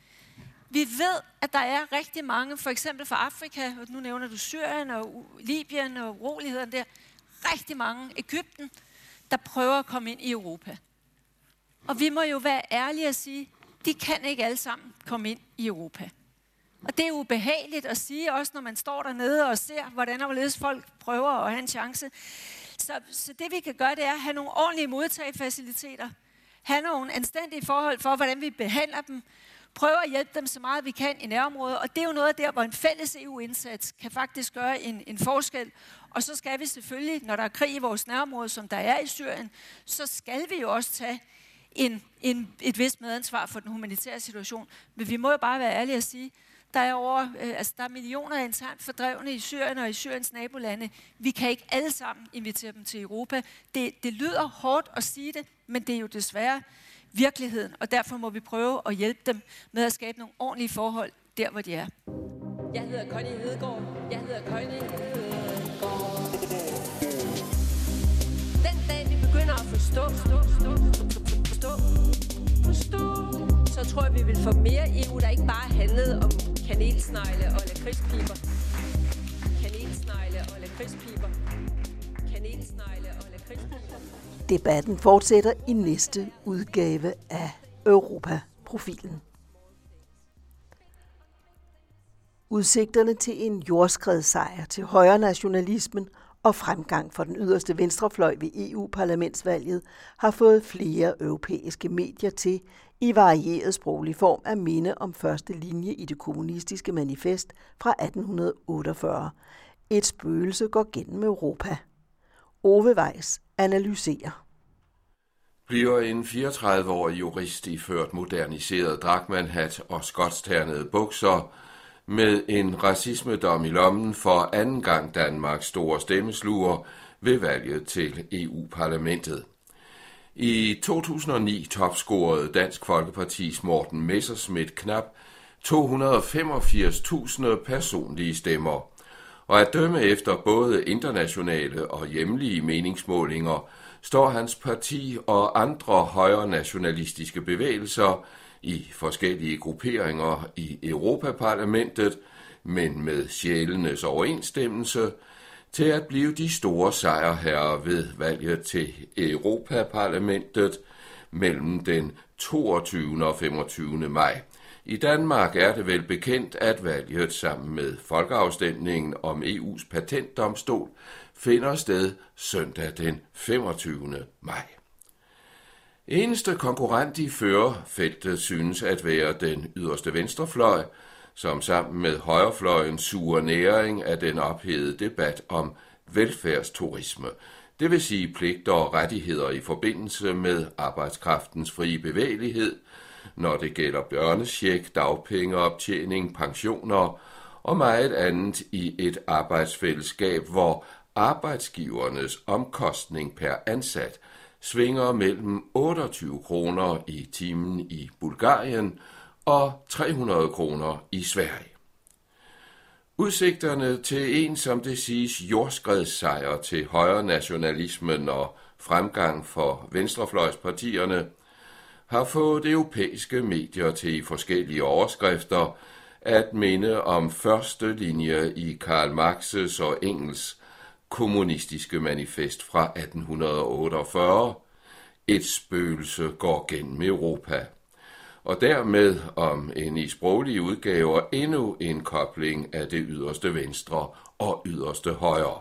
[SPEAKER 5] Vi ved, at der er rigtig mange, for eksempel fra Afrika, og nu nævner du Syrien og Libyen og urolighederne der, rigtig mange, Egypten, der prøver at komme ind i Europa. Og vi må jo være ærlige og sige, de kan ikke alle sammen komme ind i Europa. Og det er ubehageligt at sige, også når man står dernede og ser, hvordan og hvorledes folk prøver at have en chance. Så det vi kan gøre, det er at have nogle ordentlige modtagefaciliteter, have nogle anstændige forhold for, hvordan vi behandler dem, prøve at hjælpe dem så meget vi kan i nærområdet, og det er jo noget der, hvor en fælles EU-indsats kan faktisk gøre en forskel. Og så skal vi selvfølgelig, når der er krig i vores nærområde, som der er i Syrien, så skal vi jo også tage et vist medansvar for den humanitære situation. Men vi må jo bare være ærlige og sige, der er millioner af internt fordrevne i Syrien og i Syriens nabolande. Vi kan ikke alle sammen invitere dem til Europa. Det lyder hårdt at sige det, men det er jo desværre virkeligheden, og derfor må vi prøve at hjælpe dem med at skabe nogle ordentlige forhold der, hvor de er.
[SPEAKER 2] Jeg hedder Connie Hedegaard. Den dag, vi begynder at Så tror jeg, vi vil få mere EU, der ikke bare handlede om kanelsnegle og lakridspiber. Kanelsnegle og lakridspiber. Kanelsnegle og lakridspiber.
[SPEAKER 4] Debatten fortsætter i næste udgave af Europa-profilen. Udsigterne til en jordskredssejr til højrenationalismen og fremgang for den yderste venstrefløj ved EU-parlamentsvalget har fået flere europæiske medier til i varieret sproglig form at minde om første linje i det kommunistiske manifest fra 1848. Et spøgelse går gennem Europa. Ove Weiss analyserer.
[SPEAKER 6] Bliver en 34-årig jurist iført moderniseret dragmanhat og skotsternede bukser med en racismedom i lommen for anden gang Danmarks store stemmesluger ved valget til EU-parlamentet. I 2009 topscorede Dansk Folkepartis Morten Messerschmidt knap 285.000 personlige stemmer, og at dømme efter både internationale og hjemlige meningsmålinger står hans parti og andre højre nationalistiske bevægelser i forskellige grupperinger i Europaparlamentet, men med sjælenes overensstemmelse, til at blive de store sejrherrer ved valget til Europaparlamentet mellem den 22. og 25. maj. I Danmark er det vel bekendt, at valget sammen med folkeafstemningen om EU's patentdomstol finder sted søndag den 25. maj. Eneste konkurrent i førerfeltet synes at være den yderste venstrefløj, som sammen med højrefløjen suger næring af den ophedede debat om velfærdsturisme, det vil sige pligter og rettigheder i forbindelse med arbejdskraftens frie bevægelighed, når det gælder børnecheck, dagpengeoptjening, pensioner og meget andet i et arbejdsfællesskab, hvor arbejdsgivernes omkostning per ansat svinger mellem 28 kroner i timen i Bulgarien og 300 kroner i Sverige. Udsigterne til en, som det siges, jordskredssejr til højre nationalismen og fremgang for venstrefløjspartierne har fået europæiske medier til i forskellige overskrifter at minde om første linje i Karl Marx's og Engels kommunistiske manifest fra 1848. Et spøgelse går gennem Europa. Og dermed om en i sproglige udgaver endnu en kobling af det yderste venstre og yderste højre.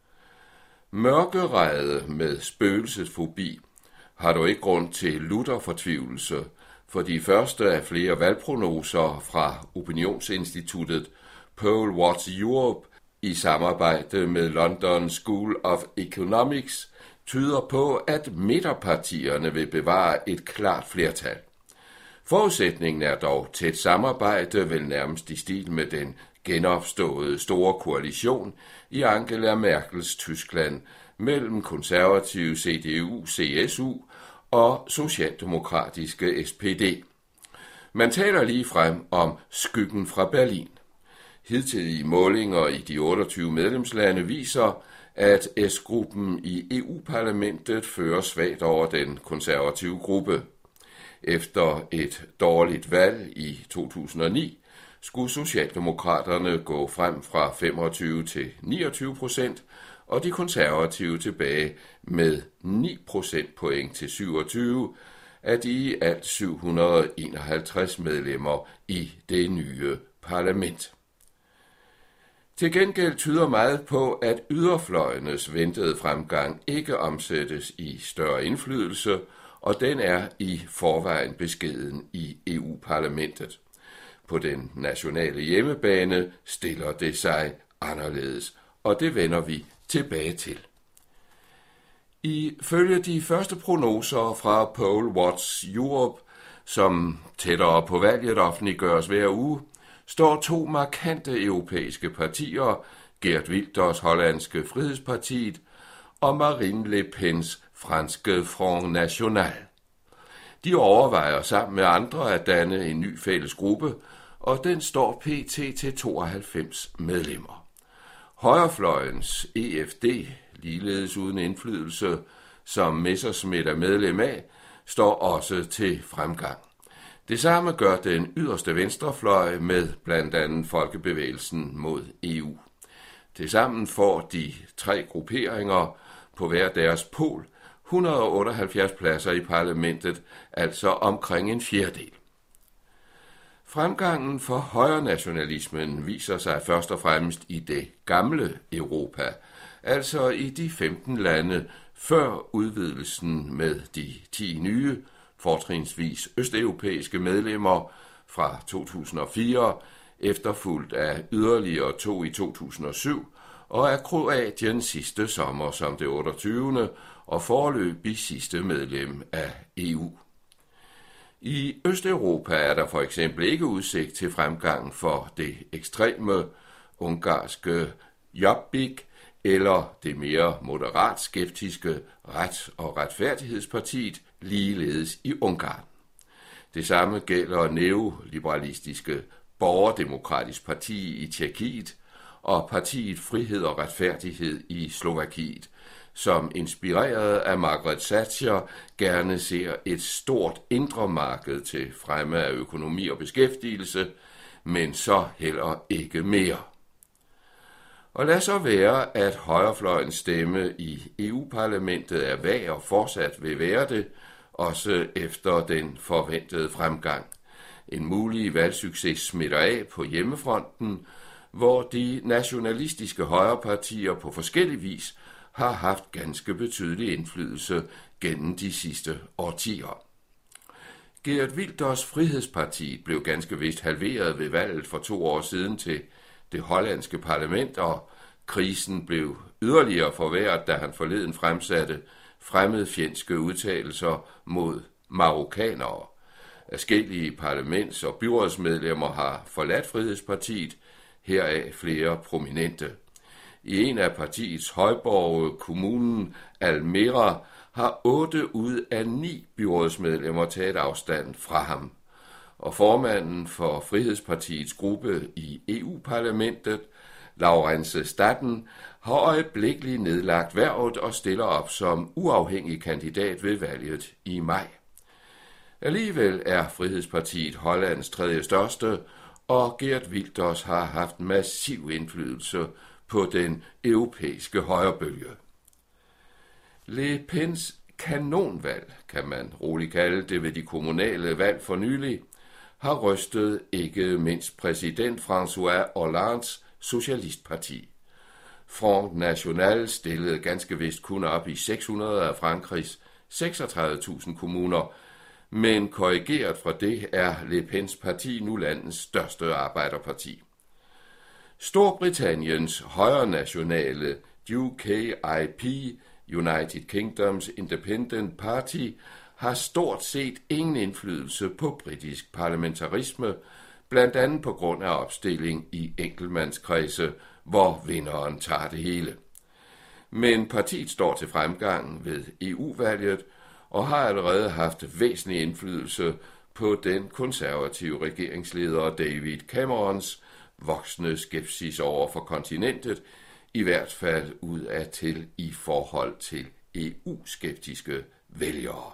[SPEAKER 6] Mørkeræde med spøgelsesfobi har du ikke grund til lutterfortvivlelse, for de første af flere valgprognoser fra opinionsinstituttet Poll Watch Europe i samarbejde med London School of Economics tyder på, at midterpartierne vil bevare et klart flertal. Forudsætningen er dog tæt samarbejde, vel nærmest i stil med den genopståede store koalition i Angela Merkels Tyskland mellem konservative CDU-CSU og socialdemokratiske SPD. Man taler lige frem om skyggen fra Berlin. Hidtidige målinger i de 28 medlemslande viser, at S-gruppen i EU-parlamentet fører svagt over den konservative gruppe. Efter et dårligt valg i 2009 skulle Socialdemokraterne gå frem fra 25 til 29%, og de konservative tilbage med 9 procentpoint til 27 af de i alt 751 medlemmer i det nye parlament. Til gengæld tyder meget på, at yderfløjenes ventede fremgang ikke omsættes i større indflydelse, og den er i forvejen beskeden i EU-parlamentet. På den nationale hjemmebane stiller det sig anderledes, og det vender vi tilbage til. Ifølge de første prognoser fra Poll Watch Europe, som tættere på valget offentliggøres hver uge, står to markante europæiske partier, Geert Wilders hollandske Frihedspartiet og Marine Le Pens franske Front National. De overvejer sammen med andre at danne en ny fælles gruppe, og den står pt. Til 92 medlemmer. Højrefløjens EFD, ligeledes uden indflydelse, som Messerschmidt er medlem af, står også til fremgang. Det samme gør den yderste venstrefløj med blandt andet Folkebevægelsen mod EU. Tilsammen får de 3 grupperinger på hver deres pol 178 pladser i parlamentet, altså omkring en fjerdedel. Fremgangen for højrenationalismen viser sig først og fremmest i det gamle Europa, altså i de 15 lande før udvidelsen med de 10 nye, fortrinsvis østeuropæiske medlemmer fra 2004, efterfulgt af yderligere 2 i 2007, og af Kroatien sidste sommer som det 28. og foreløbig sidste medlem af EU. I Østeuropa er der for eksempel ikke udsigt til fremgang for det ekstreme ungarske Jobbik eller det mere moderat skeptiske Ret- og Retfærdighedspartiet ligeledes i Ungarn. Det samme gælder neoliberalistiske Borgerdemokratisk Parti i Tjekkiet og partiet Frihed og Retfærdighed i Slovakiet, som inspireret af Margaret Thatcher gerne ser et stort indre marked til fremme af økonomi og beskæftigelse, men så heller ikke mere. Og lad så være, at højrefløjens stemme i EU-parlamentet er vag og fortsat vil være det, også efter den forventede fremgang. En mulig valgsucces smitter af på hjemmefronten, hvor de nationalistiske højrepartier på forskellig vis har haft ganske betydelig indflydelse gennem de sidste årtier. Geert Wilders Frihedspartiet blev ganske vist halveret ved valget for 2 år siden til det hollandske parlament, og krisen blev yderligere forværret, da han forleden fremsatte fremmedfjendske udtalelser mod marokkanere. Adskillige parlaments- og byrådsmedlemmer har forladt Frihedspartiet, heraf flere prominente. I en af partiets højborge, kommunen Almere, har 8 ud af 9 byrådsmedlemmer taget afstand fra ham. Og formanden for Frihedspartiets gruppe i EU-parlamentet, Laurence Statten, har øjeblikkeligt nedlagt hvervet og stiller op som uafhængig kandidat ved valget i maj. Alligevel er Frihedspartiet Hollands 3. største, og Geert Wilders har haft massiv indflydelse på den europæiske højrebølge. Le Pens kanonvalg, kan man roligt kalde det ved de kommunale valg for nylig, har rystet ikke mindst præsident François Hollandes Socialistparti. Front National stillede ganske vist kun op i 600 af Frankrigs 36.000 kommuner, men korrigeret fra det er Le Pens parti nu landets største arbejderparti. Storbritanniens højrenationale UKIP, United Kingdoms Independent Party, har stort set ingen indflydelse på britisk parlamentarisme, blandt andet på grund af opstilling i enkeltmandskredse, hvor vinderen tager det hele. Men partiet står til fremgang ved EU-valget og har allerede haft væsentlig indflydelse på den konservative regeringsleder David Camerons voksende skepsis over for kontinentet, i hvert fald ud af til i forhold til EU-skeptiske vælgere.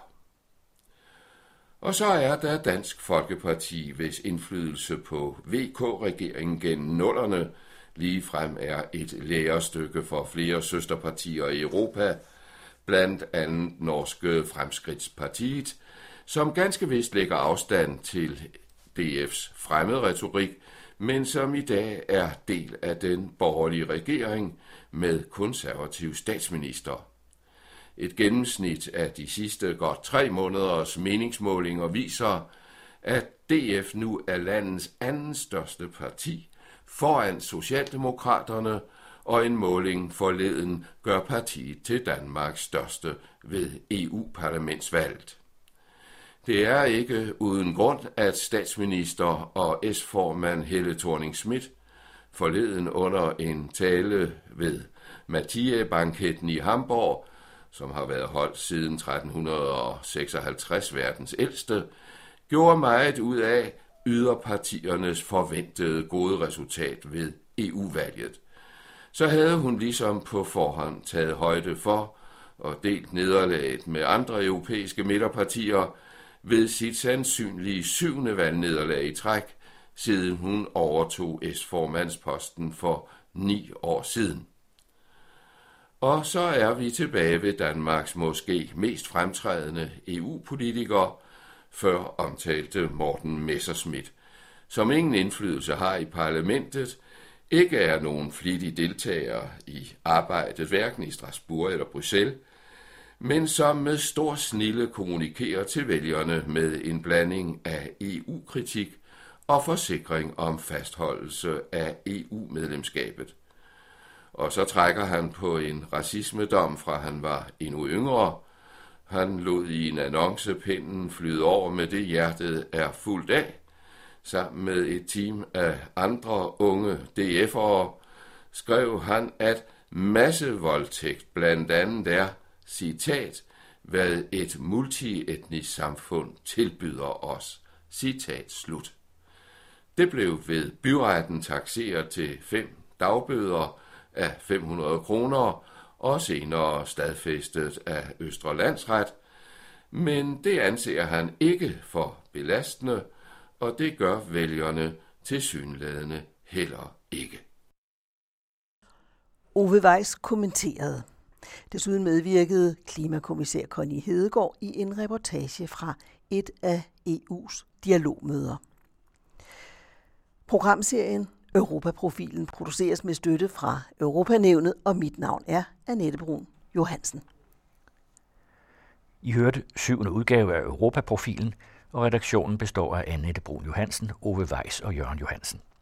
[SPEAKER 6] Og så er der Dansk Folkeparti, hvis indflydelse på VK-regeringen gennem 00'erne ligefrem er et lærestykke for flere søsterpartier i Europa, blandt andet norske Fremskridtspartiet, som ganske vist lægger afstand til DF's fremmedretorik, men som i dag er del af den borgerlige regering med konservativ statsminister. Et gennemsnit af de sidste godt 3 måneders meningsmålinger viser, at DF nu er landets anden største parti, foran Socialdemokraterne, og en måling forleden gør partiet til Danmarks største ved EU-parlamentsvalget. Det er ikke uden grund, at statsminister og S-formand Helle Thorning-Schmidt forleden under en tale ved Mathieu-banketten i Hamburg, som har været holdt siden 1356 verdens ældste, gjorde meget ud af yderpartiernes forventede gode resultat ved EU-valget. Så havde hun ligesom på forhånd taget højde for, og delt nederlaget med andre europæiske midterpartier ved sit sandsynlige 7. valgnederlag i træk, siden hun overtog S-formandsposten for 9 år siden. Og så er vi tilbage ved Danmarks måske mest fremtrædende EU-politiker, før omtalte Morten Messerschmidt, som ingen indflydelse har i parlamentet, ikke er nogen flittig deltager i arbejdet, hverken i Strasbourg eller Bruxelles, men som med stor snilde kommunikerer til vælgerne med en blanding af EU-kritik og forsikring om fastholdelse af EU-medlemskabet. Og så trækker han på en racismedom fra han var endnu yngre. Han lod i en annonce pinden flyde over med det hjertet er fuldt af. Sammen med et team af andre unge DF'ere skrev han, at massevoldtægt blandt andet er, citat, hvad et multietnisk samfund tilbyder os, citat slut. Det blev ved byretten takseret til 5 dagbøder af 500 kroner og senere stadfæstet af Østre Landsret, men det anser han ikke for belastende, og det gør vælgerne tilsyneladende heller ikke.
[SPEAKER 4] Ove Weiss kommenterede. Desuden medvirkede klimakommissær Connie Hedegaard i en reportage fra et af EU's dialogmøder. Programserien Europaprofilen produceres med støtte fra Europanævnet, og mit navn er Annette Brun Johansen.
[SPEAKER 1] I hørte 7. udgave af Europaprofilen, og redaktionen består af Annette Brun Johansen, Ove Weiss og Jørgen Johansen.